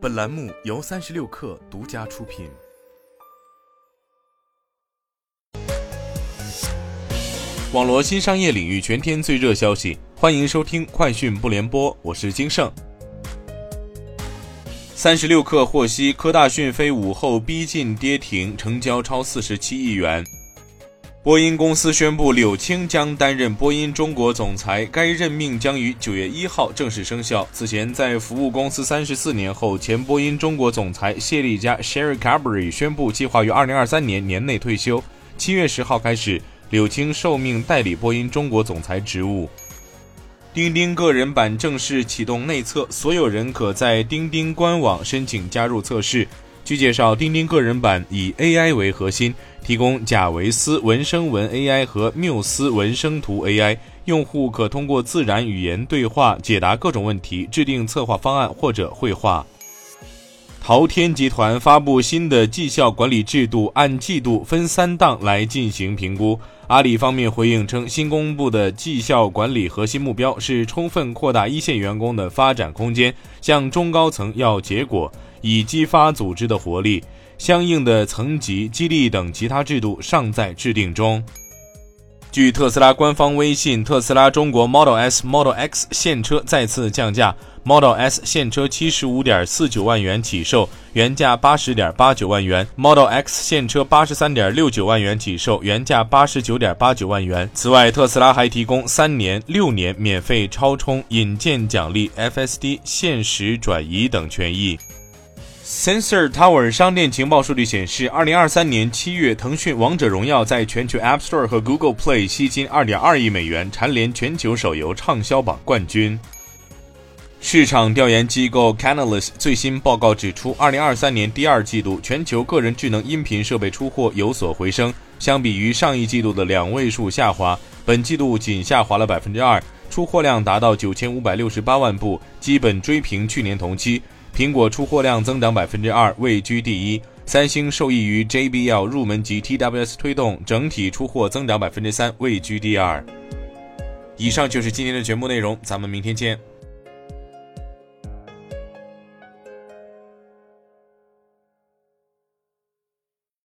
本栏目由36氪独家出品。网罗新商业领域全天最热消息，欢迎收听快讯不联播，我是金盛。36氪获悉，科大讯飞午后逼近跌停，成交超47亿元。波音公司宣布柳青将担任波音中国总裁，该任命将于9月1号正式生效。此前，在服务公司34年后，前波音中国总裁谢丽佳 Sherry Carberry 宣布计划于2023年年内退休。7月10号开始，柳青受命代理波音中国总裁职务。钉钉个人版正式启动内测，所有人可在钉钉官网申请加入测试。据介绍，钉钉个人版以 AI 为核心，提供贾维斯文声文 AI 和缪斯文声图 AI， 用户可通过自然语言对话解答各种问题，制定策划方案或者绘画。淘天集团发布新的绩效管理制度，按季度分3档来进行评估。阿里方面回应称，新公布的绩效管理核心目标是充分扩大一线员工的发展空间，向中高层要结果，以激发组织的活力。相应的层级、激励等其他制度尚在制定中。据特斯拉官方微信，特斯拉中国 Model S、Model X 现车再次降价， Model S 现车 75.49 万元起售，原价 80.89 万元， Model X 现车 83.69 万元起售，原价 89.89 万元。此外，特斯拉还提供3年、6年免费超充、引荐奖励、FSD 限时转移等权益。Sensor Tower 商店情报数据显示，2023年7月，腾讯王者荣耀在全球 App Store 和 Google Play 吸金 2.2 亿美元，蝉联全球手游畅销榜冠军。市场调研机构 Canalys 最新报告指出，2023年第2季度全球个人智能音频设备出货有所回升，相比于上一季度的2位数下滑，本季度仅下滑了 2%， 出货量达到9568万部，基本追平去年同期。苹果出货量增长 2%， 位居第一。三星受益于 JBL 入门级 TWS 推动，整体出货增长 3%， 位居第二。以上就是今天的全部内容，咱们明天见。